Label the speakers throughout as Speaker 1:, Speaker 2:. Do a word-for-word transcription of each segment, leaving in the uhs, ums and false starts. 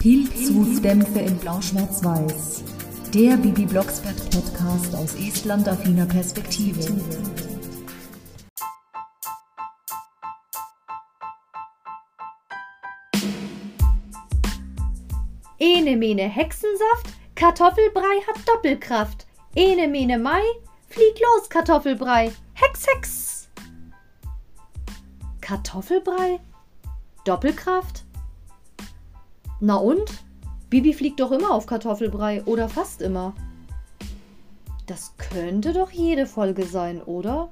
Speaker 1: Pilzhutdämpfe in Blau-Schwarz-Weiß. Der Bibi Blocksberg Podcast aus Estland-affiner Perspektive.
Speaker 2: Ene mene Hexensaft, Kartoffelbrei hat Doppelkraft. Ene mene Mai, flieg los Kartoffelbrei, Hex, Hex. Kartoffelbrei? Doppelkraft? Na und? Bibi fliegt doch immer auf Kartoffelbrei oder fast immer. Das könnte doch jede Folge sein, oder?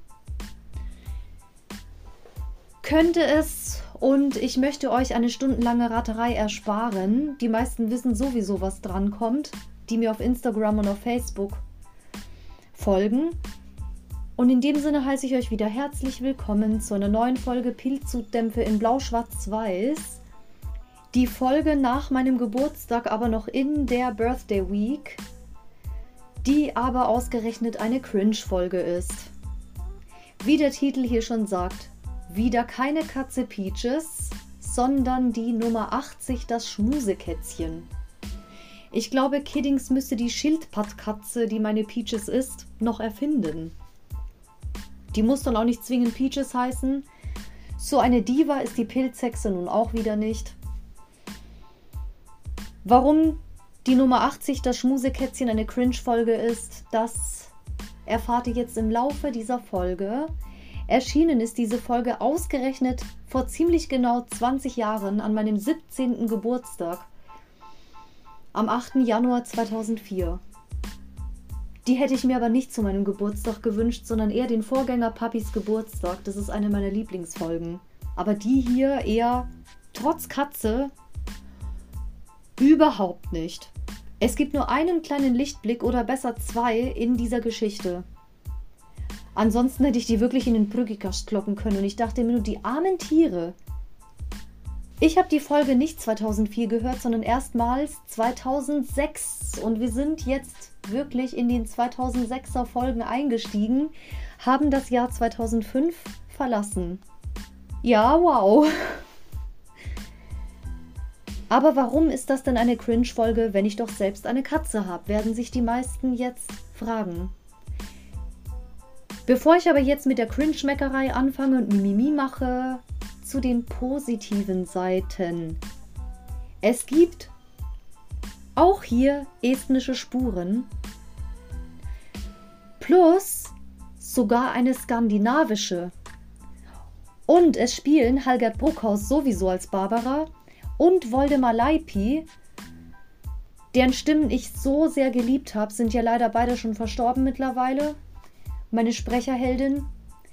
Speaker 2: Könnte es, und ich möchte euch eine stundenlange Raterei ersparen. Die meisten wissen sowieso, was drankommt, die mir auf Instagram und auf Facebook folgen. Und in dem Sinne heiße ich euch wieder herzlich willkommen zu einer neuen Folge Pilzhutdämpfe in Blau-Schwarz-Weiß. Die Folge nach meinem Geburtstag, aber noch in der Birthday Week, die aber ausgerechnet eine Cringe-Folge ist. Wie der Titel hier schon sagt, wieder keine Katze Peaches, sondern die Nummer achtzig, das Schmusekätzchen. Ich glaube, Kiddings müsste die Schildpattkatze, die meine Peaches ist, noch erfinden. Die muss dann auch nicht zwingend Peaches heißen. So eine Diva ist die Pilzhexe nun auch wieder nicht. Warum die Nummer achtzig, das Schmusekätzchen, eine Cringe-Folge ist, das erfahrt ihr jetzt im Laufe dieser Folge. Erschienen ist diese Folge ausgerechnet vor ziemlich genau zwanzig Jahren an meinem siebzehnten Geburtstag, am achten Januar zweitausendvier. Die hätte ich mir aber nicht zu meinem Geburtstag gewünscht, sondern eher den Vorgänger Papis Geburtstag. Das ist eine meiner Lieblingsfolgen. Aber die hier eher trotz Katze überhaupt nicht. Es gibt nur einen kleinen Lichtblick oder besser zwei in dieser Geschichte. Ansonsten hätte ich die wirklich in den Brückikast kloppen können und ich dachte mir nur, die armen Tiere. Ich habe die Folge nicht zweitausendvier gehört, sondern erstmals zweitausendsechs und wir sind jetzt wirklich in den zweitausendsechser Folgen eingestiegen, haben das Jahr zweitausendfünf verlassen. Ja, wow. Aber warum ist das denn eine Cringe-Folge, wenn ich doch selbst eine Katze habe, werden sich die meisten jetzt fragen. Bevor ich aber jetzt mit der Cringe-Meckerei anfange und Mimimi mache, zu den positiven Seiten. Es gibt auch hier estnische Spuren, plus sogar eine skandinavische. Und es spielen Hallgerd Bruckhaus sowieso als Barbara und Woldemar Laipi, deren Stimmen ich so sehr geliebt habe, sind ja leider beide schon verstorben mittlerweile. Meine Sprecherheldin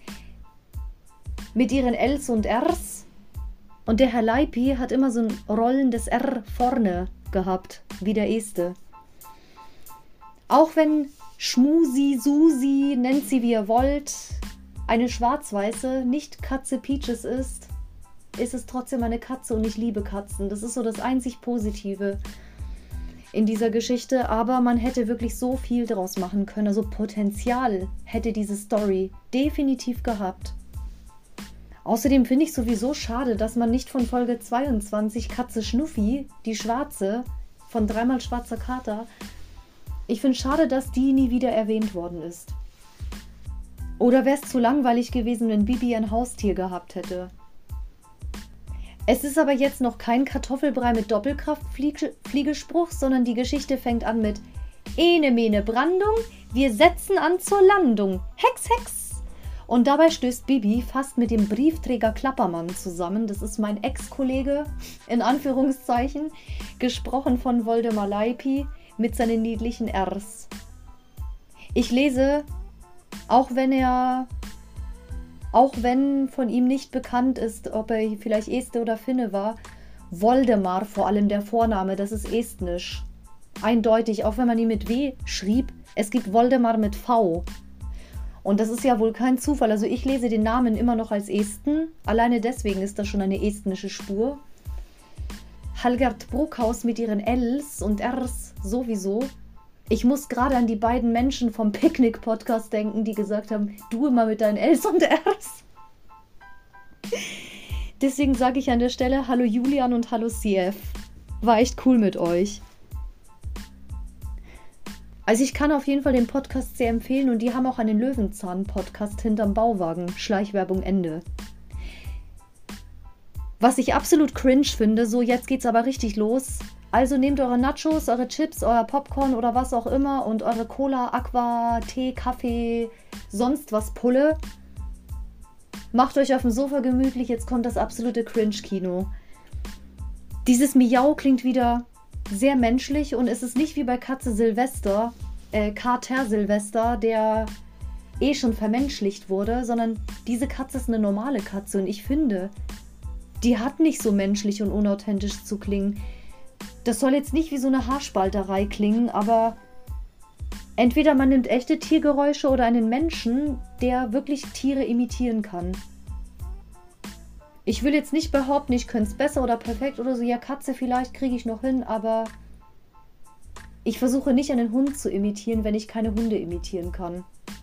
Speaker 2: mit ihren Ls und Rs. Und der Herr Laipi hat immer so ein rollendes R vorne gehabt, wie der Este. Auch wenn Schmusi, Susi, nennt sie wie ihr wollt, eine schwarz-weiße, nicht Katze Peaches ist, ist es trotzdem eine Katze und ich liebe Katzen. Das ist so das einzig Positive in dieser Geschichte, aber man hätte wirklich so viel draus machen können. Also Potenzial hätte diese Story definitiv gehabt. Außerdem finde ich sowieso schade, dass man nicht von Folge zweiundzwanzig Katze Schnuffi, die schwarze, von dreimal schwarzer Kater, ich finde schade, dass die nie wieder erwähnt worden ist. Oder wäre es zu langweilig gewesen, wenn Bibi ein Haustier gehabt hätte. Es ist aber jetzt noch kein Kartoffelbrei mit Doppelkraft-Fliegespruch, sondern die Geschichte fängt an mit Ene mene Brandung, wir setzen an zur Landung, Hex, Hex. Und dabei stößt Bibi fast mit dem Briefträger Klappermann zusammen. Das ist mein Ex-Kollege, in Anführungszeichen, gesprochen von Woldemar Laipi mit seinen niedlichen Rs. Ich lese, auch wenn er... Auch wenn von ihm nicht bekannt ist, ob er vielleicht Este oder Finne war, Woldemar, vor allem der Vorname, das ist estnisch. Eindeutig, auch wenn man ihn mit W schrieb, es gibt Woldemar mit V. Und das ist ja wohl kein Zufall. Also ich lese den Namen immer noch als Esten. Alleine deswegen ist das schon eine estnische Spur. Hallgerd Bruckhaus mit ihren Ls und Rs sowieso. Ich muss gerade an die beiden Menschen vom Picknick-Podcast denken, die gesagt haben, du immer mit deinen Ls und Rs. Deswegen sage ich an der Stelle Hallo Julian und Hallo C F. War echt cool mit euch. Also ich kann auf jeden Fall den Podcast sehr empfehlen und die haben auch einen Löwenzahn-Podcast hinterm Bauwagen. Schleichwerbung Ende. Was ich absolut cringe finde, so jetzt geht's aber richtig los. Also nehmt eure Nachos, eure Chips, euer Popcorn oder was auch immer und eure Cola, Aqua, Tee, Kaffee, sonst was Pulle. Macht euch auf dem Sofa gemütlich, jetzt kommt das absolute Cringe-Kino. Dieses Miau klingt wieder sehr menschlich und es ist nicht wie bei Katze Silvester, äh, Kater Silvester, der eh schon vermenschlicht wurde, sondern diese Katze ist eine normale Katze und ich finde, die hat nicht so menschlich und unauthentisch zu klingen. Das soll jetzt nicht wie so eine Haarspalterei klingen, aber entweder man nimmt echte Tiergeräusche oder einen Menschen, der wirklich Tiere imitieren kann. Ich will jetzt nicht behaupten, ich könnte es besser oder perfekt oder so. Ja, Katze vielleicht kriege ich noch hin, aber ich versuche nicht einen Hund zu imitieren, wenn ich keine Hunde imitieren kann.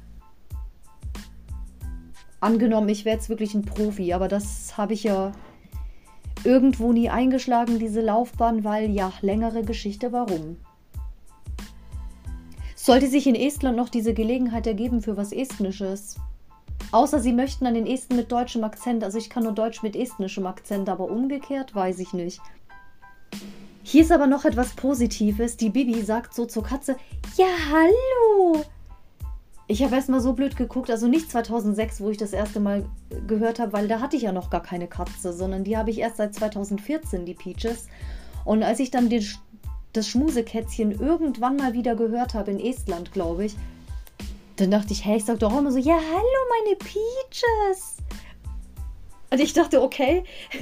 Speaker 2: Angenommen, ich wäre jetzt wirklich ein Profi, aber das habe ich ja irgendwo nie eingeschlagen, diese Laufbahn, weil ja, längere Geschichte, warum? Sollte sich in Estland noch diese Gelegenheit ergeben für was Estnisches? Außer sie möchten an den Esten mit deutschem Akzent, also ich kann nur Deutsch mit estnischem Akzent, aber umgekehrt weiß ich nicht. Hier ist aber noch etwas Positives, die Bibi sagt so zur Katze, ja hallo! Ich habe erstmal so blöd geguckt, also nicht zweitausendsechs, wo ich das erste Mal gehört habe, weil da hatte ich ja noch gar keine Katze, sondern die habe ich erst seit zweitausendvierzehn, die Peaches. Und als ich dann den, das Schmusekätzchen irgendwann mal wieder gehört habe, in Estland, glaube ich, dann dachte ich, hey, ich sag doch auch immer so, ja, hallo, meine Peaches. Und ich dachte, okay.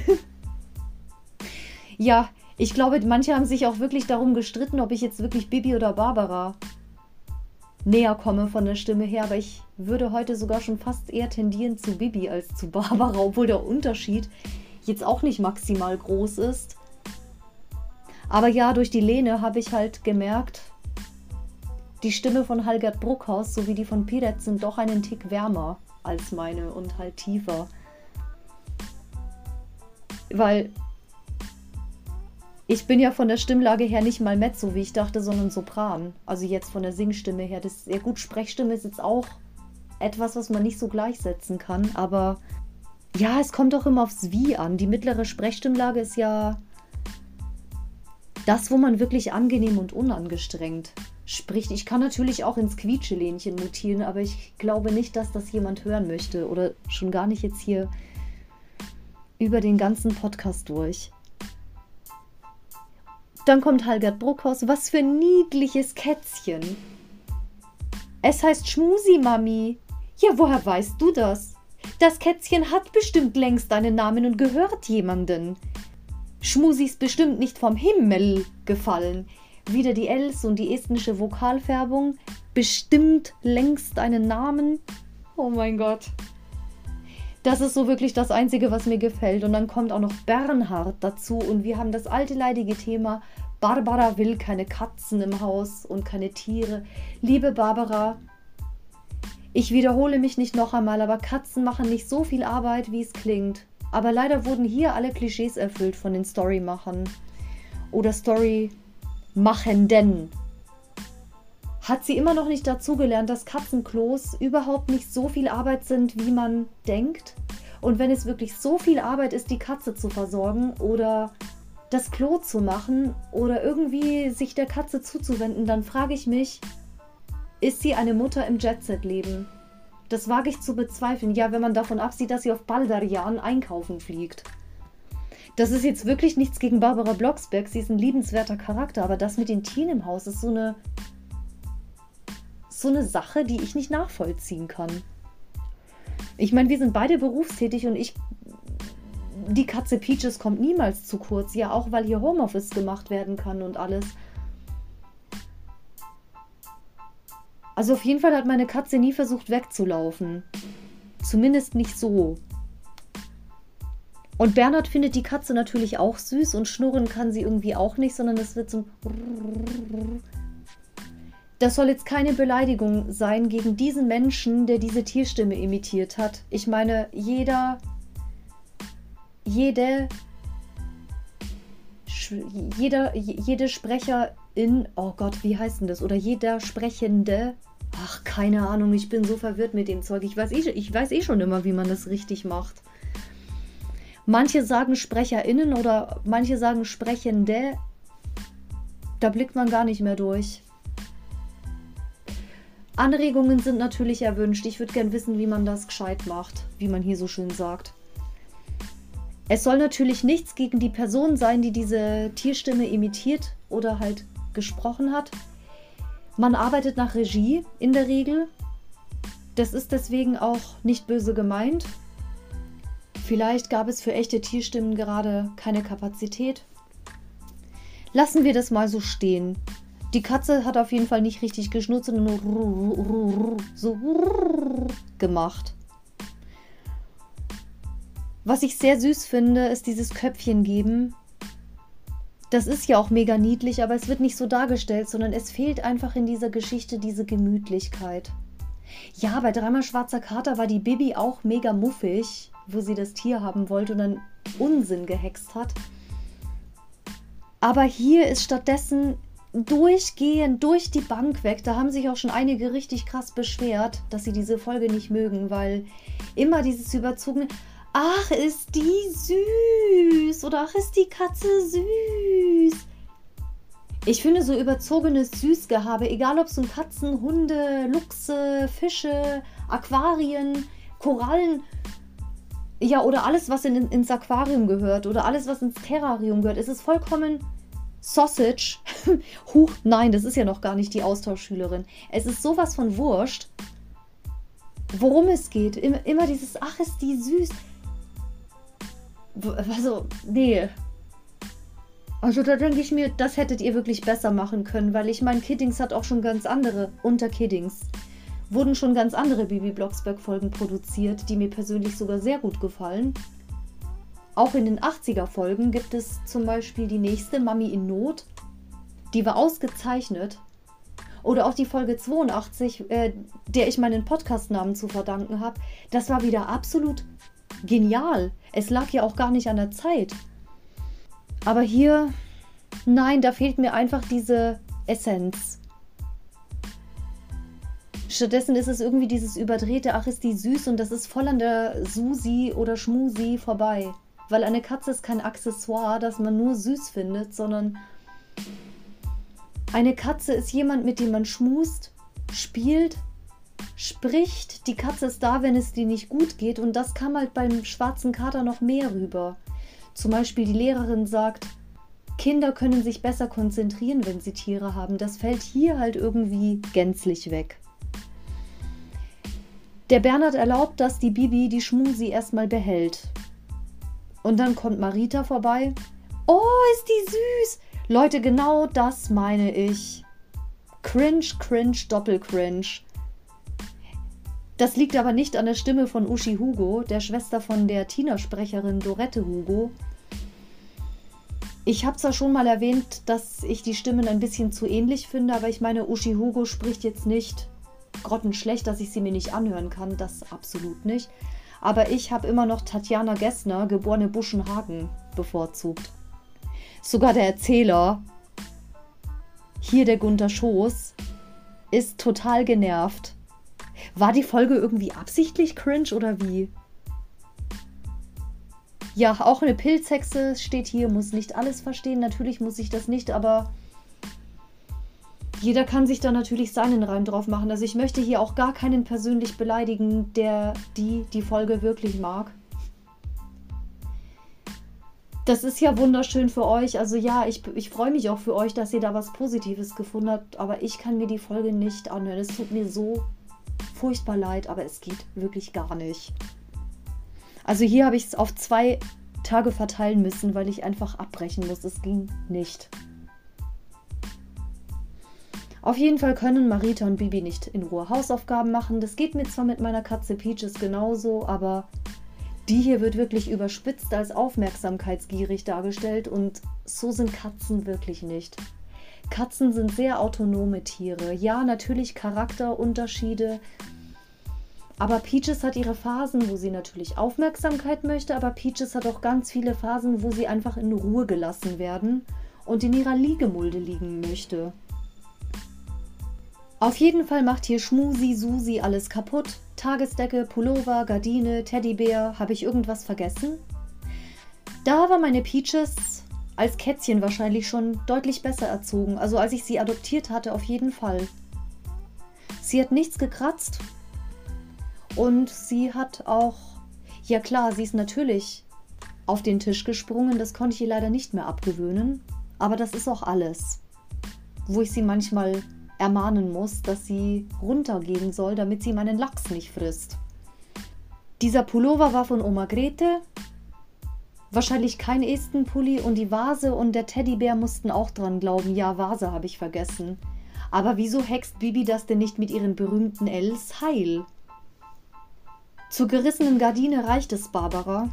Speaker 2: Ja, ich glaube, manche haben sich auch wirklich darum gestritten, ob ich jetzt wirklich Bibi oder Barbara näher komme von der Stimme her, aber ich würde heute sogar schon fast eher tendieren zu Bibi als zu Barbara, obwohl der Unterschied jetzt auch nicht maximal groß ist. Aber ja, durch die Lene habe ich halt gemerkt, die Stimme von Halgert Bruckhaus sowie die von Piret sind doch einen Tick wärmer als meine und halt tiefer. Weil ich bin ja von der Stimmlage her nicht mal Mezzo, wie ich dachte, sondern Sopran. Also jetzt von der Singstimme her. Das, ja gut, Sprechstimme ist jetzt auch etwas, was man nicht so gleichsetzen kann. Aber ja, es kommt auch immer aufs Wie an. Die mittlere Sprechstimmlage ist ja das, wo man wirklich angenehm und unangestrengt spricht. Ich kann natürlich auch ins Quietschelähnchen mutieren, aber ich glaube nicht, dass das jemand hören möchte. Oder schon gar nicht jetzt hier über den ganzen Podcast durch. Dann kommt Halgert Bruckhaus. Was für ein niedliches Kätzchen. Es heißt Schmusi, Mami. Ja, woher weißt du das? Das Kätzchen hat bestimmt längst einen Namen und gehört jemanden. Schmusi ist bestimmt nicht vom Himmel gefallen. Wieder die Ls und die estnische Vokalfärbung. Bestimmt längst einen Namen. Oh mein Gott. Das ist so wirklich das Einzige, was mir gefällt. Und dann kommt auch noch Bernhard dazu. Und wir haben das alte leidige Thema, Barbara will keine Katzen im Haus und keine Tiere. Liebe Barbara, ich wiederhole mich nicht noch einmal, aber Katzen machen nicht so viel Arbeit, wie es klingt. Aber leider wurden hier alle Klischees erfüllt von den Storymachern. Oder Storymachenden. Hat sie immer noch nicht dazugelernt, dass Katzenklos überhaupt nicht so viel Arbeit sind, wie man denkt? Und wenn es wirklich so viel Arbeit ist, die Katze zu versorgen oder das Klo zu machen oder irgendwie sich der Katze zuzuwenden, dann frage ich mich, ist sie eine Mutter im Jet-Set-Leben? Das wage ich zu bezweifeln. Ja, wenn man davon absieht, dass sie auf Baldarian einkaufen fliegt. Das ist jetzt wirklich nichts gegen Barbara Blocksberg. Sie ist ein liebenswerter Charakter, aber das mit den Tieren im Haus ist so eine so eine Sache, die ich nicht nachvollziehen kann. Ich meine, wir sind beide berufstätig und ich, die Katze Peaches kommt niemals zu kurz. Ja, auch weil hier Homeoffice gemacht werden kann und alles. Also auf jeden Fall hat meine Katze nie versucht wegzulaufen. Zumindest nicht so. Und Bernhard findet die Katze natürlich auch süß und schnurren kann sie irgendwie auch nicht, sondern es wird so ein... Das soll jetzt keine Beleidigung sein gegen diesen Menschen, der diese Tierstimme imitiert hat. Ich meine, jeder, jede jeder, jede Sprecherin, oh Gott, wie heißt denn das? Oder jeder Sprechende, ach, keine Ahnung, ich bin so verwirrt mit dem Zeug. Ich weiß eh, ich weiß eh schon immer, wie man das richtig macht. Manche sagen SprecherInnen oder manche sagen Sprechende. Da blickt man gar nicht mehr durch. Anregungen sind natürlich erwünscht. Ich würde gern wissen, wie man das gescheit macht, wie man hier so schön sagt. Es soll natürlich nichts gegen die Person sein, die diese Tierstimme imitiert oder halt gesprochen hat. Man arbeitet nach Regie in der Regel. Das ist deswegen auch nicht böse gemeint. Vielleicht gab es für echte Tierstimmen gerade keine Kapazität. Lassen wir das mal so stehen. Die Katze hat auf jeden Fall nicht richtig geschnurzt, sondern nur so gemacht. Was ich sehr süß finde, ist dieses Köpfchen geben. Das ist ja auch mega niedlich, aber es wird nicht so dargestellt, sondern es fehlt einfach in dieser Geschichte diese Gemütlichkeit. Ja, bei Dreimal Schwarzer Kater war die Bibi auch mega muffig, wo sie das Tier haben wollte und dann Unsinn gehext hat. Aber hier ist stattdessen durchgehend durch die Bank weg. Da haben sich auch schon einige richtig krass beschwert, dass sie diese Folge nicht mögen, weil immer dieses überzogene ach, ist die süß oder ach, ist die Katze süß. Ich finde so überzogenes Süßgehabe, egal ob es um Katzen, Hunde, Luchse, Fische, Aquarien, Korallen, ja, oder alles, was in, ins Aquarium gehört oder alles, was ins Terrarium gehört. Es ist vollkommen Sausage. Huch, nein, das ist ja noch gar nicht die Austauschschülerin. Es ist sowas von wurscht, worum es geht. Immer, immer dieses, ach, ist die süß. Also, nee. Also da denke ich mir, das hättet ihr wirklich besser machen können, weil ich meine, Kiddings hat auch schon ganz andere, unter Kiddings, wurden schon ganz andere Bibi Blocksberg-Folgen produziert, die mir persönlich sogar sehr gut gefallen. Auch in den achtziger-Folgen gibt es zum Beispiel die nächste, Mami in Not. Die war ausgezeichnet. Oder auch die Folge zweiundachtzig, äh, der ich meinen Podcast-Namen zu verdanken habe. Das war wieder absolut genial. Es lag ja auch gar nicht an der Zeit. Aber hier, nein, da fehlt mir einfach diese Essenz. Stattdessen ist es irgendwie dieses überdrehte, ach, ist die süß und das ist voll an der Susi oder Schmusi vorbei. Weil eine Katze ist kein Accessoire, das man nur süß findet, sondern eine Katze ist jemand, mit dem man schmust, spielt, spricht. Die Katze ist da, wenn es dir nicht gut geht und das kam halt beim schwarzen Kater noch mehr rüber. Zum Beispiel die Lehrerin sagt, Kinder können sich besser konzentrieren, wenn sie Tiere haben. Das fällt hier halt irgendwie gänzlich weg. Der Bernhard erlaubt, dass die Bibi die Schmusi erstmal behält. Und dann kommt Marita vorbei. Oh, ist die süß! Leute, genau das meine ich. Cringe, cringe, doppelcringe. Das liegt aber nicht an der Stimme von Uschi Hugo, der Schwester von der Tina-Sprecherin Dorette Hugo. Ich habe zwar schon mal erwähnt, dass ich die Stimmen ein bisschen zu ähnlich finde, aber ich meine, Uschi Hugo spricht jetzt nicht grottenschlecht, dass ich sie mir nicht anhören kann. Das absolut nicht. Aber ich habe immer noch Tatjana Gessner, geborene Buschenhagen, bevorzugt. Sogar der Erzähler, hier der Gunter Schoß, ist total genervt. War die Folge irgendwie absichtlich cringe oder wie? Ja, auch eine Pilzhexe steht hier, muss nicht alles verstehen. Natürlich muss ich das nicht, aber jeder kann sich da natürlich seinen Reim drauf machen. Also ich möchte hier auch gar keinen persönlich beleidigen, der die die Folge wirklich mag. Das ist ja wunderschön für euch. Also ja, ich, ich freue mich auch für euch, dass ihr da was Positives gefunden habt. Aber ich kann mir die Folge nicht anhören. Es tut mir so furchtbar leid, aber es geht wirklich gar nicht. Also hier habe ich es auf zwei Tage verteilen müssen, weil ich einfach abbrechen muss. Es ging nicht. Auf jeden Fall können Marita und Bibi nicht in Ruhe Hausaufgaben machen. Das geht mir zwar mit meiner Katze Peaches genauso, aber die hier wird wirklich überspitzt als aufmerksamkeitsgierig dargestellt und so sind Katzen wirklich nicht. Katzen sind sehr autonome Tiere. Ja, natürlich Charakterunterschiede, Aber Peaches hat ihre Phasen, wo sie natürlich Aufmerksamkeit möchte, aber Peaches hat auch ganz viele Phasen, wo sie einfach in Ruhe gelassen werden und in ihrer Liegemulde liegen möchte. Auf jeden Fall macht hier Schmusi Susi alles kaputt. Tagesdecke, Pullover, Gardine, Teddybär. Habe ich irgendwas vergessen? Da war meine Peaches als Kätzchen wahrscheinlich schon deutlich besser erzogen. Also als ich sie adoptiert hatte, auf jeden Fall. Sie hat nichts gekratzt. Und sie hat auch, ja klar, sie ist natürlich auf den Tisch gesprungen. Das konnte ich ihr leider nicht mehr abgewöhnen. Aber das ist auch alles. Wo ich sie manchmal ermahnen muss, dass sie runtergehen soll, damit sie meinen Lachs nicht frisst. Dieser Pullover war von Oma Grete. Wahrscheinlich kein Estenpulli und die Vase und der Teddybär mussten auch dran glauben. Ja, Vase habe ich vergessen. Aber wieso hext Bibi das denn nicht mit ihren berühmten Ls heil? Zur gerissenen Gardine reicht es Barbara.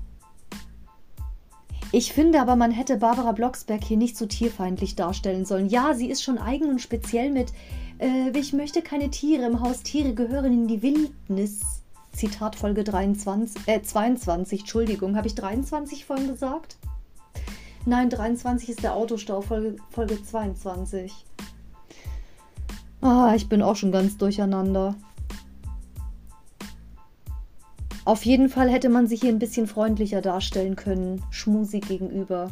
Speaker 2: Ich finde aber, man hätte Barbara Blocksberg hier nicht so tierfeindlich darstellen sollen. Ja, sie ist schon eigen und speziell mit äh, ich möchte keine Tiere im Haus, Tiere gehören in die Wildnis. Zitat Folge dreiundzwanzig, äh, zweiundzwanzig, Entschuldigung, habe ich dreiundzwanzig vorhin gesagt? Nein, dreiundzwanzig ist der Autostau, Folge, Folge zweiundzwanzig. Ah, ich bin auch schon ganz durcheinander. Auf jeden Fall hätte man sich hier ein bisschen freundlicher darstellen können, Schmusi gegenüber.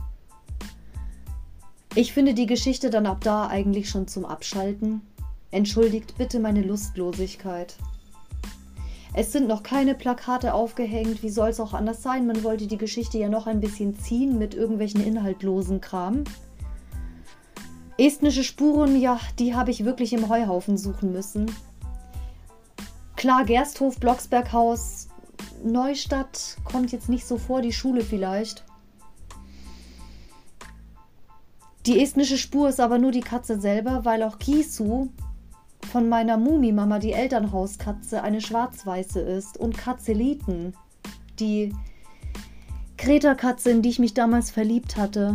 Speaker 2: Ich finde die Geschichte dann ab da eigentlich schon zum Abschalten. Entschuldigt bitte meine Lustlosigkeit. Es sind noch keine Plakate aufgehängt, wie soll es auch anders sein? Man wollte die Geschichte ja noch ein bisschen ziehen mit irgendwelchen inhaltlosen Kram. Estnische Spuren, ja, die habe ich wirklich im Heuhaufen suchen müssen. Klar, Gersthof, Blocksberghaus, Neustadt kommt jetzt nicht so vor, die Schule vielleicht. Die estnische Spur ist aber nur die Katze selber, weil auch Kisu von meiner Mumimama, die Elternhauskatze, eine schwarz-weiße ist. Und Katzeliten, die Kreta-Katze, in die ich mich damals verliebt hatte.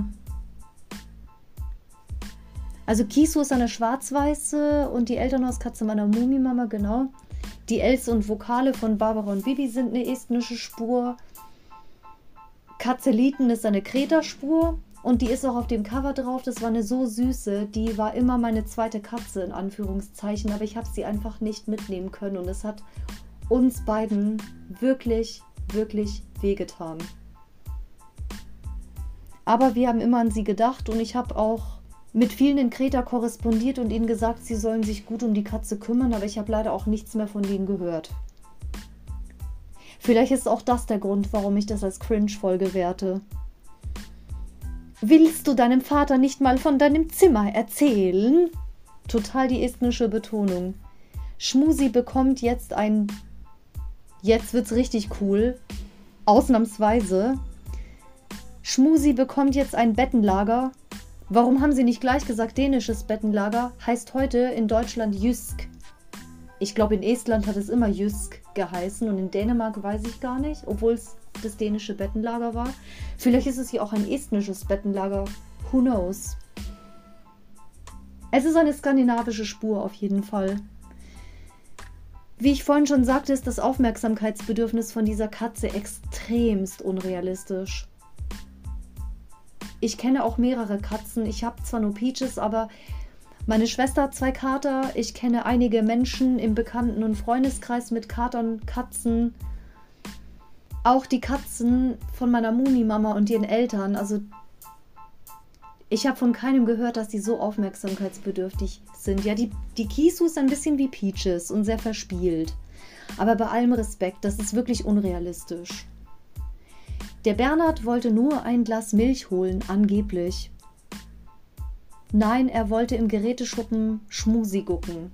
Speaker 2: Also Kisu ist eine schwarz-weiße und die Elternhauskatze meiner Mumimama, genau. Die Ls und Vokale von Barbara und Bibi sind eine estnische Spur. Katzeliten ist eine Kreta-Spur und die ist auch auf dem Cover drauf. Das war eine so süße, die war immer meine zweite Katze in Anführungszeichen, aber ich habe sie einfach nicht mitnehmen können und es hat uns beiden wirklich, wirklich wehgetan. Aber wir haben immer an sie gedacht und ich habe auch mit vielen in Kreta korrespondiert und ihnen gesagt, sie sollen sich gut um die Katze kümmern, aber ich habe leider auch nichts mehr von denen gehört. Vielleicht ist auch das der Grund, warum ich das als Cringe-Folge werte. Willst du deinem Vater nicht mal von deinem Zimmer erzählen? Total die estnische Betonung. Schmusi bekommt jetzt ein... Jetzt wird's richtig cool. Ausnahmsweise. Schmusi bekommt jetzt ein Bettenlager. Warum haben sie nicht gleich gesagt dänisches Bettenlager? Heißt heute in Deutschland Jysk. Ich glaube, in Estland hat es immer Jysk geheißen und in Dänemark weiß ich gar nicht, obwohl es das dänische Bettenlager war. Vielleicht ist es hier auch ein estnisches Bettenlager. Who knows? Es ist eine skandinavische Spur auf jeden Fall. Wie ich vorhin schon sagte, ist das Aufmerksamkeitsbedürfnis von dieser Katze extremst unrealistisch. Ich kenne auch mehrere Katzen. Ich habe zwar nur Peaches, aber meine Schwester hat zwei Kater. Ich kenne einige Menschen im Bekannten- und Freundeskreis mit Katern, Katzen. Auch die Katzen von meiner Mumimama und ihren Eltern. Also ich habe von keinem gehört, dass die so aufmerksamkeitsbedürftig sind. Ja, die, die Kisu ist ein bisschen wie Peaches und sehr verspielt. Aber bei allem Respekt, das ist wirklich unrealistisch. Der Bernhard wollte nur ein Glas Milch holen, angeblich. Nein, er wollte im Geräteschuppen Schmusi gucken.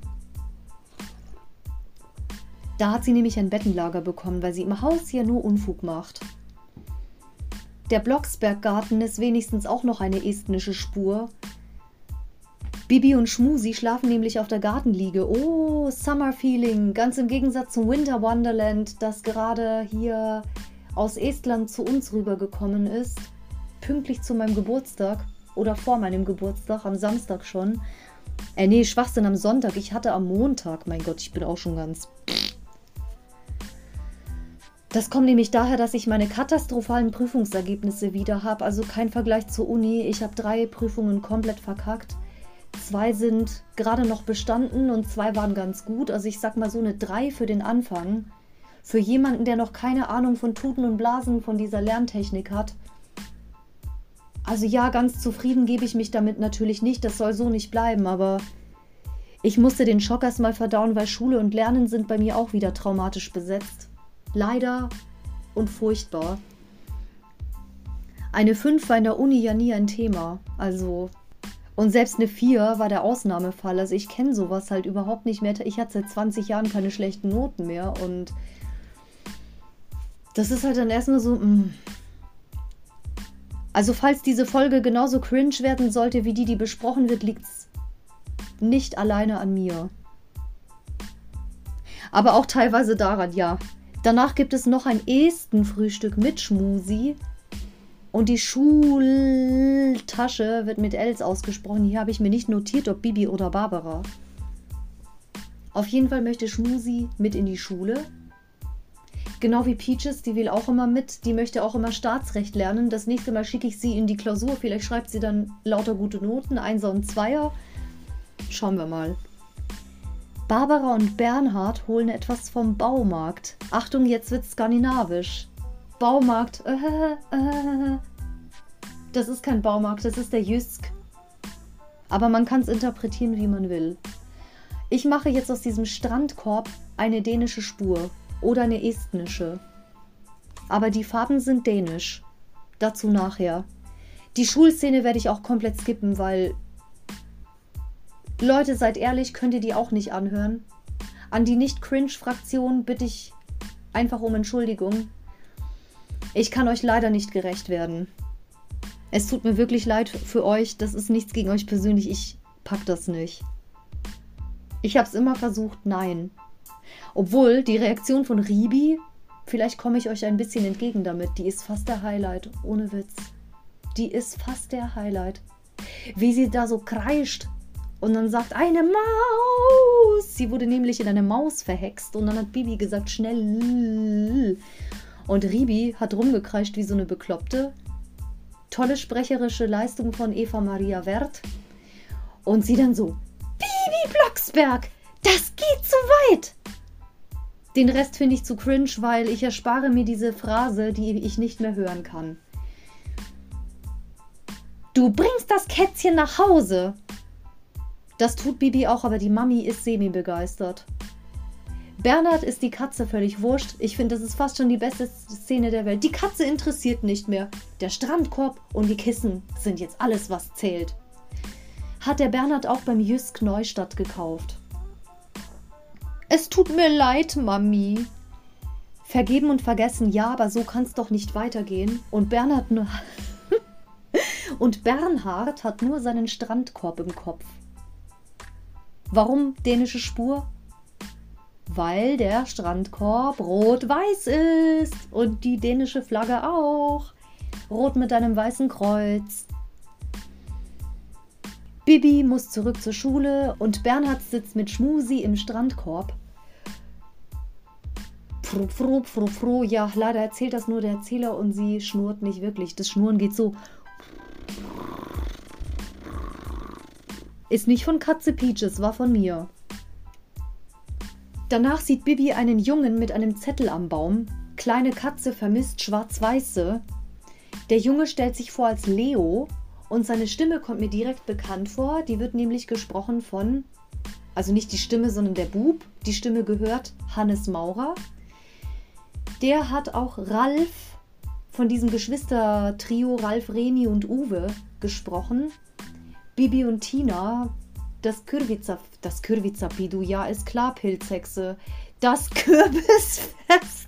Speaker 2: Da hat sie nämlich ein Bettenlager bekommen, weil sie im Haus ja nur Unfug macht. Der Blocksberggarten ist wenigstens auch noch eine estnische Spur. Bibi und Schmusi schlafen nämlich auf der Gartenliege. Oh, Summer Feeling, ganz im Gegensatz zum Winter Wonderland, das gerade hier aus Estland zu uns rübergekommen ist, pünktlich zu meinem Geburtstag oder vor meinem Geburtstag, am Samstag schon. Äh, nee, Schwachsinn, am Sonntag. Ich hatte am Montag, mein Gott, ich bin auch schon ganz... Das kommt nämlich daher, dass ich meine katastrophalen Prüfungsergebnisse wieder habe. Also kein Vergleich zur Uni. Ich habe drei Prüfungen komplett verkackt. Zwei sind gerade noch bestanden und zwei waren ganz gut. Also ich sag mal so eine drei für den Anfang. Für jemanden, der noch keine Ahnung von Tuten und Blasen von dieser Lerntechnik hat. Also ja, ganz zufrieden gebe ich mich damit natürlich nicht. Das soll so nicht bleiben, aber ich musste den Schock erstmal verdauen, weil Schule und Lernen sind bei mir auch wieder traumatisch besetzt. Leider und furchtbar. Eine fünf war in der Uni ja nie ein Thema. Also, und selbst eine vier war der Ausnahmefall. Also ich kenne sowas halt überhaupt nicht mehr. Ich hatte seit zwanzig Jahren keine schlechten Noten mehr. Und das ist halt dann erstmal so... Mh. Also falls diese Folge genauso cringe werden sollte wie die, die besprochen wird, liegt es nicht alleine an mir. Aber auch teilweise daran, ja. Danach gibt es noch ein Esten-Frühstück mit Schmusi. Und die Schultasche wird mit Els ausgesprochen. Hier habe ich mir nicht notiert, ob Bibi oder Barbara. Auf jeden Fall möchte Schmusi mit in die Schule. Genau wie Peaches, die will auch immer mit. Die möchte auch immer Staatsrecht lernen. Das nächste Mal schicke ich sie in die Klausur. Vielleicht schreibt sie dann lauter gute Noten, Einser und Zweier. Schauen wir mal. Barbara und Bernhard holen etwas vom Baumarkt. Achtung, jetzt wird skandinavisch. Baumarkt. Äh, äh. Das ist kein Baumarkt, das ist der Jysk. Aber man kann es interpretieren, wie man will. Ich mache jetzt aus diesem Strandkorb eine dänische Spur oder eine estnische. Aber die Farben sind dänisch. Dazu nachher. Die Schulszene werde ich auch komplett skippen, weil... Leute, seid ehrlich, könnt ihr die auch nicht anhören? An die Nicht-Cringe-Fraktion bitte ich einfach um Entschuldigung. Ich kann euch leider nicht gerecht werden. Es tut mir wirklich leid für euch. Das ist nichts gegen euch persönlich. Ich pack das nicht. Ich habe es immer versucht, nein. Obwohl, die Reaktion von Ribi, vielleicht komme ich euch ein bisschen entgegen damit. Die ist fast der Highlight. Ohne Witz. Die ist fast der Highlight. Wie sie da so kreischt. Und dann sagt, eine Maus. Sie wurde nämlich in eine Maus verhext. Und dann hat Bibi gesagt, schnell. Und Ribi hat rumgekreischt wie so eine Bekloppte. Tolle sprecherische Leistung von Eva Maria Werth. Und sie dann so, Bibi Blocksberg, das geht zu weit. Den Rest finde ich zu cringe, weil ich erspare mir diese Phrase, die ich nicht mehr hören kann. Du bringst das Kätzchen nach Hause. Das tut Bibi auch, aber die Mami ist semi-begeistert. Bernhard ist die Katze völlig wurscht. Ich finde, das ist fast schon die beste Szene der Welt. Die Katze interessiert nicht mehr. Der Strandkorb und die Kissen sind jetzt alles, was zählt. Hat der Bernhard auch beim Jysk Neustadt gekauft. Es tut mir leid, Mami. Vergeben und vergessen, ja, aber so kann es doch nicht weitergehen. Und Bernhard nur und Bernhard hat nur seinen Strandkorb im Kopf. Warum dänische Spur? Weil der Strandkorb rot-weiß ist und die dänische Flagge auch. Rot mit einem weißen Kreuz. Bibi muss zurück zur Schule und Bernhard sitzt mit Schmusi im Strandkorb. Fru, fru, fru, fru. Ja, leider erzählt das nur der Erzähler und sie schnurrt nicht wirklich. Das Schnurren geht so. Ist nicht von Katze Peaches, war von mir. Danach sieht Bibi einen Jungen mit einem Zettel am Baum. Kleine Katze vermisst Schwarz-Weiße. Der Junge stellt sich vor als Leo und seine Stimme kommt mir direkt bekannt vor. Die wird nämlich gesprochen von, also nicht die Stimme, sondern der Bub. Die Stimme gehört Hannes Maurer. Der hat auch Ralf von diesem Geschwistertrio Ralf, Reni und Uwe gesprochen. Bibi und Tina, das Kürbizer, das Kürbizer-Pidu, ja, ist klar, Pilzhexe. Das Kürbisfest.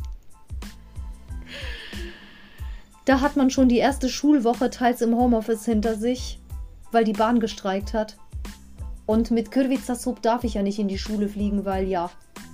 Speaker 2: Da hat man schon die erste Schulwoche teils im Homeoffice hinter sich, weil die Bahn gestreikt hat. Und mit Kürbizer-Sub darf ich ja nicht in die Schule fliegen, weil ja.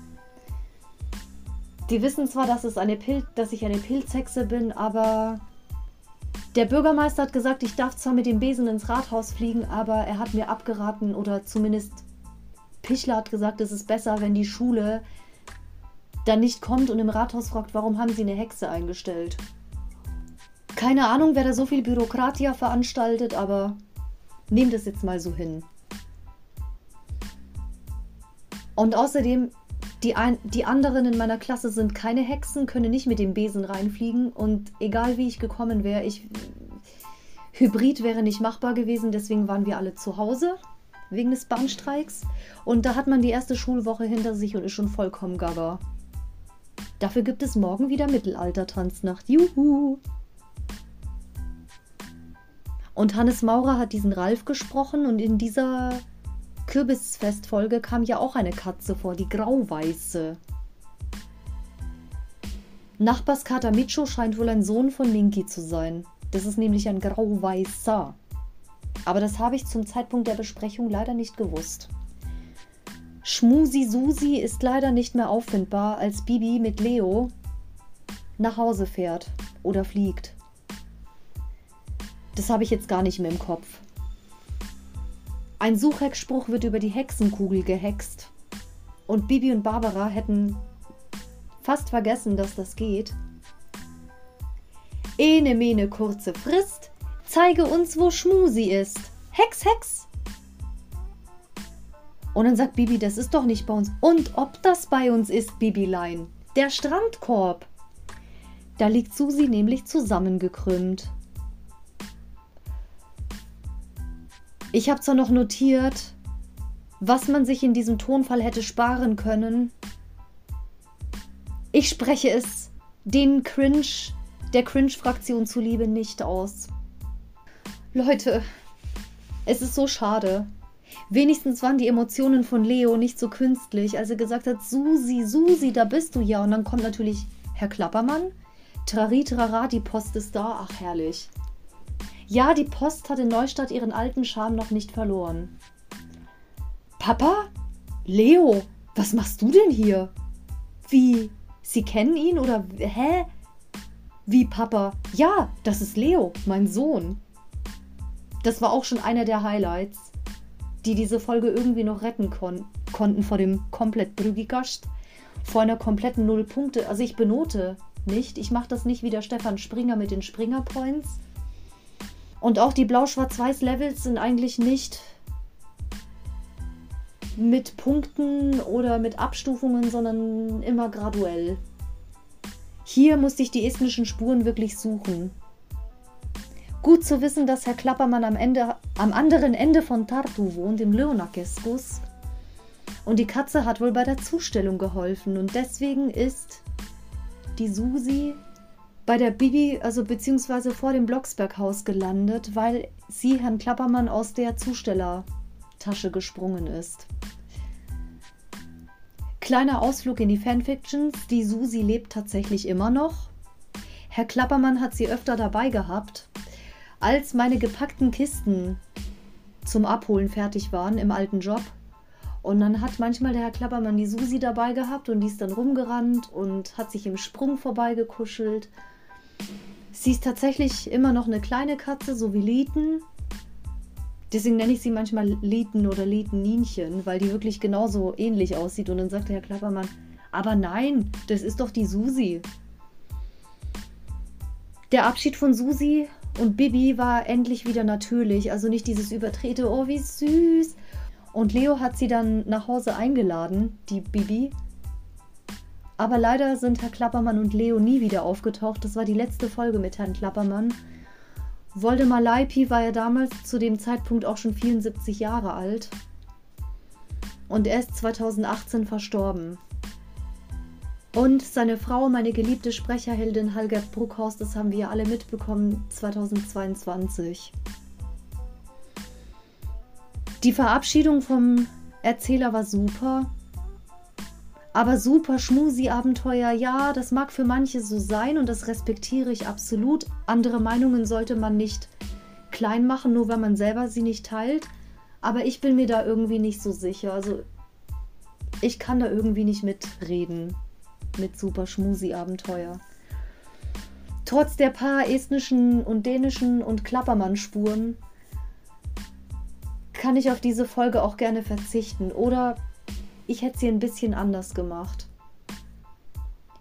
Speaker 2: Die wissen zwar, dass, es eine Pil- dass ich eine Pilzhexe bin, aber... Der Bürgermeister hat gesagt, ich darf zwar mit dem Besen ins Rathaus fliegen, aber er hat mir abgeraten, oder zumindest Pichler hat gesagt, es ist besser, wenn die Schule dann nicht kommt und im Rathaus fragt, warum haben sie eine Hexe eingestellt. Keine Ahnung, wer da so viel Bürokratie veranstaltet, aber nehmt es jetzt mal so hin. Und außerdem, die, ein, die anderen in meiner Klasse sind keine Hexen, können nicht mit dem Besen reinfliegen und egal wie ich gekommen wäre, ich Hybrid wäre nicht machbar gewesen, deswegen waren wir alle zu Hause wegen des Bahnstreiks und da hat man die erste Schulwoche hinter sich und ist schon vollkommen gaga. Dafür gibt es morgen wieder Mittelalter-Tanznacht. Juhu! Und Hannes Maurer hat diesen Ralf gesprochen und in dieser Kürbisfestfolge kam ja auch eine Katze vor, die grau-weiße. Nachbarskater Micho scheint wohl ein Sohn von Minky zu sein. Das ist nämlich ein grau-weißer. Aber das habe ich zum Zeitpunkt der Besprechung leider nicht gewusst. Schmusi Susi ist leider nicht mehr auffindbar, als Bibi mit Leo nach Hause fährt oder fliegt. Das habe ich jetzt gar nicht mehr im Kopf. Ein Suchhexspruch wird über die Hexenkugel gehext. Und Bibi und Barbara hätten fast vergessen, dass das geht. Ene mene kurze Frist, zeige uns, wo Schmusi ist. Hex, Hex! Und dann sagt Bibi, das ist doch nicht bei uns. Und ob das bei uns ist, Bibilein? Der Strandkorb. Da liegt Susi nämlich zusammengekrümmt. Ich habe zwar noch notiert, was man sich in diesem Tonfall hätte sparen können. Ich spreche es den Cringe, der Cringe-Fraktion zuliebe nicht aus. Leute, es ist so schade. Wenigstens waren die Emotionen von Leo nicht so künstlich, als er gesagt hat, Susi, Susi, da bist du ja. Und dann kommt natürlich Herr Klappermann. Trari, trara, die Post ist da. Ach, herrlich. Ja, die Post hat in Neustadt ihren alten Charme noch nicht verloren. Papa? Leo, was machst du denn hier? Wie? Sie kennen ihn oder... Hä? Wie, Papa? Ja, das ist Leo, mein Sohn. Das war auch schon einer der Highlights, die diese Folge irgendwie noch retten kon- konnten vor dem komplett Brügigast, vor einer kompletten Null-Punkte. Also ich benote nicht, ich mache das nicht wie der Stefan Springer mit den Springer-Points. Und auch die Blau-Schwarz-Weiß-Levels sind eigentlich nicht mit Punkten oder mit Abstufungen, sondern immer graduell. Hier musste ich die estnischen Spuren wirklich suchen. Gut zu wissen, dass Herr Klappermann am, Ende, am anderen Ende von Tartu wohnt, im Leonakeskus. Und die Katze hat wohl bei der Zustellung geholfen. Und deswegen ist die Susi bei der Bibi, also beziehungsweise vor dem Blocksberghaus gelandet, weil sie Herrn Klappermann aus der Zustellertasche gesprungen ist. Kleiner Ausflug in die Fanfictions. Die Susi lebt tatsächlich immer noch. Herr Klappermann hat sie öfter dabei gehabt. Als meine gepackten Kisten zum Abholen fertig waren im alten Job. Und dann hat manchmal der Herr Klappermann die Susi dabei gehabt und die ist dann rumgerannt und hat sich im Sprung vorbeigekuschelt. Sie ist tatsächlich immer noch eine kleine Katze, so wie Lieten. Deswegen nenne ich sie manchmal Lieten oder Lieteninchen, weil die wirklich genauso ähnlich aussieht. Und dann sagt der Herr Klappermann, aber nein, das ist doch die Susi. Der Abschied von Susi und Bibi war endlich wieder natürlich, also nicht dieses überdrehte, oh wie süß. Und Leo hat sie dann nach Hause eingeladen, die Bibi. Aber leider sind Herr Klappermann und Leo nie wieder aufgetaucht. Das war die letzte Folge mit Herrn Klappermann. Woldemar Leipi war ja damals zu dem Zeitpunkt auch schon vierundsiebzig Jahre alt. Und er ist zweitausendachtzehn verstorben. Und seine Frau, meine geliebte Sprecherheldin Halgert Bruckhaus, das haben wir ja alle mitbekommen, zweitausendzweiundzwanzig. Die Verabschiedung vom Erzähler war super. Aber super Schmusi-Abenteuer, ja, das mag für manche so sein und das respektiere ich absolut. Andere Meinungen sollte man nicht klein machen, nur weil man selber sie nicht teilt. Aber ich bin mir da irgendwie nicht so sicher. Also ich kann da irgendwie nicht mitreden mit super Schmusi-Abenteuer. Trotz der paar estnischen und dänischen und Klappermann-Spuren kann ich auf diese Folge auch gerne verzichten. Oder ich hätte sie ein bisschen anders gemacht.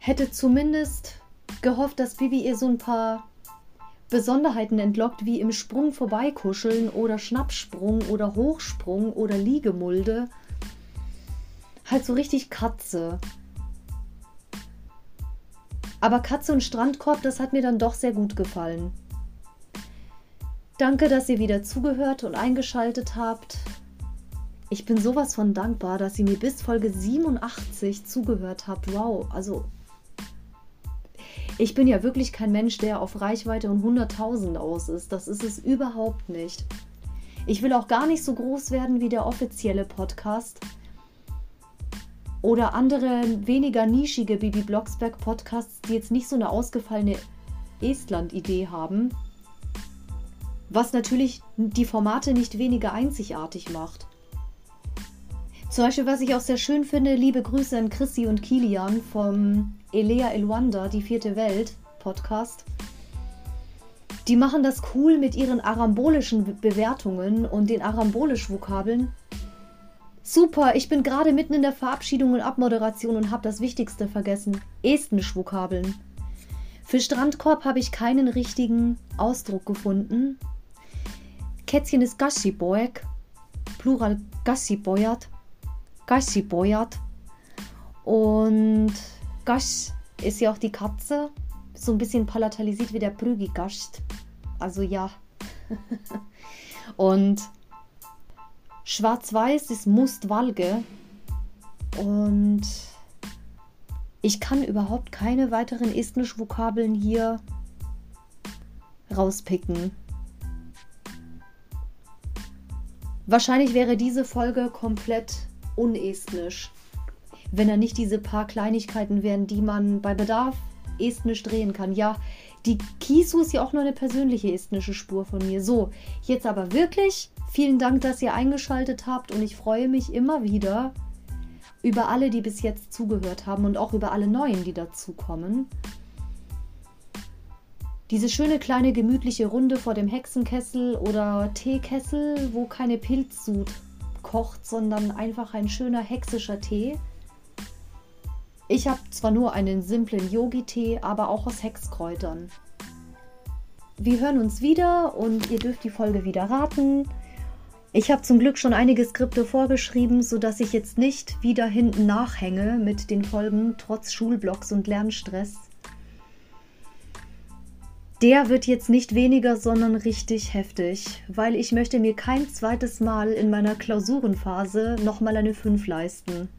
Speaker 2: hätte zumindest gehofft, dass Bibi ihr so ein paar Besonderheiten entlockt, wie im Sprung vorbeikuscheln oder Schnappsprung oder Hochsprung oder Liegemulde. Halt so richtig Katze. Aber Katze und Strandkorb, das hat mir dann doch sehr gut gefallen. Danke, dass ihr wieder zugehört und eingeschaltet habt. Ich bin sowas von dankbar, dass ihr mir bis Folge siebenundachtzig zugehört habt. Wow, also ich bin ja wirklich kein Mensch, der auf Reichweite und hunderttausend aus ist. Das ist es überhaupt nicht. Ich will auch gar nicht so groß werden wie der offizielle Podcast oder andere weniger nischige Bibi Blocksberg Podcasts, die jetzt nicht so eine ausgefallene Estland-Idee haben, was natürlich die Formate nicht weniger einzigartig macht. Zum Beispiel, was ich auch sehr schön finde, liebe Grüße an Chrissy und Kilian vom Elea Elwanda, die vierte Welt Podcast. Die machen das cool mit ihren arambolischen Bewertungen und den arambolisch-Vokabeln. Super, ich bin gerade mitten in der Verabschiedung und Abmoderation und habe das Wichtigste vergessen. Estnisch-Vokabeln. Für Strandkorb habe ich keinen richtigen Ausdruck gefunden. Kätzchen ist Gassiboek, Plural Gassibojat, Gassibojat. Und Gasch ist ja auch die Katze, so ein bisschen palatalisiert wie der Prügigast. Also ja. Und Schwarz-Weiß ist Mustvalge. Und ich kann überhaupt keine weiteren Estnisch-Vokabeln hier rauspicken. Wahrscheinlich wäre diese Folge komplett unestnisch, wenn da nicht diese paar Kleinigkeiten wären, die man bei Bedarf estnisch drehen kann. Ja, die Kisu ist ja auch nur eine persönliche estnische Spur von mir. So, jetzt aber wirklich vielen Dank, dass ihr eingeschaltet habt und ich freue mich immer wieder über alle, die bis jetzt zugehört haben und auch über alle Neuen, die dazukommen. Diese schöne kleine gemütliche Runde vor dem Hexenkessel oder Teekessel, wo keine Pilzsud kocht, sondern einfach ein schöner hexischer Tee. Ich habe zwar nur einen simplen Yogi-Tee, aber auch aus Hexkräutern. Wir hören uns wieder und ihr dürft die Folge wieder raten. Ich habe zum Glück schon einige Skripte vorgeschrieben, sodass ich jetzt nicht wieder hinten nachhänge mit den Folgen, trotz Schulblocks und Lernstress. Der wird jetzt nicht weniger, sondern richtig heftig, weil ich möchte mir kein zweites Mal in meiner Klausurenphase nochmal eine fünf leisten.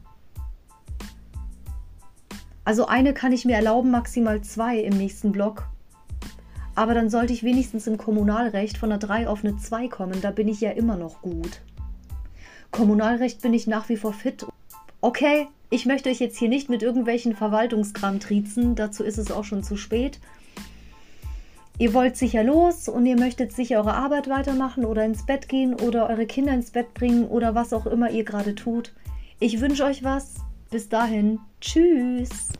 Speaker 2: Also eine kann ich mir erlauben, maximal zwei im nächsten Block. Aber dann sollte ich wenigstens im Kommunalrecht von einer drei auf eine zwei kommen, da bin ich ja immer noch gut. Kommunalrecht bin ich nach wie vor fit. Okay, ich möchte euch jetzt hier nicht mit irgendwelchen Verwaltungskram triezen, dazu ist es auch schon zu spät. Ihr wollt sicher los und ihr möchtet sicher eure Arbeit weitermachen oder ins Bett gehen oder eure Kinder ins Bett bringen oder was auch immer ihr gerade tut. Ich wünsche euch was. Bis dahin. Tschüss.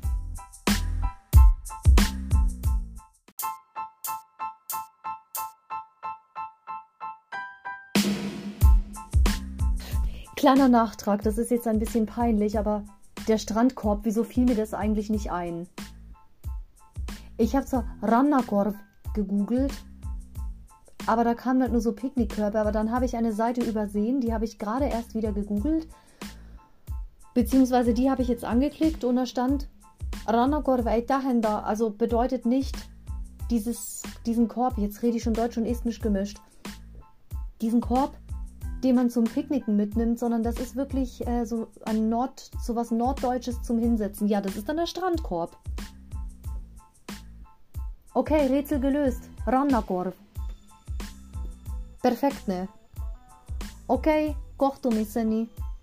Speaker 2: Kleiner Nachtrag, das ist jetzt ein bisschen peinlich, aber der Strandkorb, wieso fiel mir das eigentlich nicht ein? Ich habe zwar Rannakorb gegoogelt, aber da kamen halt nur so Picknickkörbe, aber dann habe ich eine Seite übersehen, die habe ich gerade erst wieder gegoogelt, beziehungsweise die habe ich jetzt angeklickt und da stand Rannakorb Eitahenda, also bedeutet nicht dieses, diesen Korb, jetzt rede ich schon Deutsch und Estnisch gemischt, diesen Korb, den man zum Picknicken mitnimmt, sondern das ist wirklich äh, so ein Nord, so was Norddeutsches zum Hinsetzen. Ja, das ist dann der Strandkorb. Okay, Rätsel gelöst. Rannakorb. Perfekt, ne? Okay, kohtumiseni.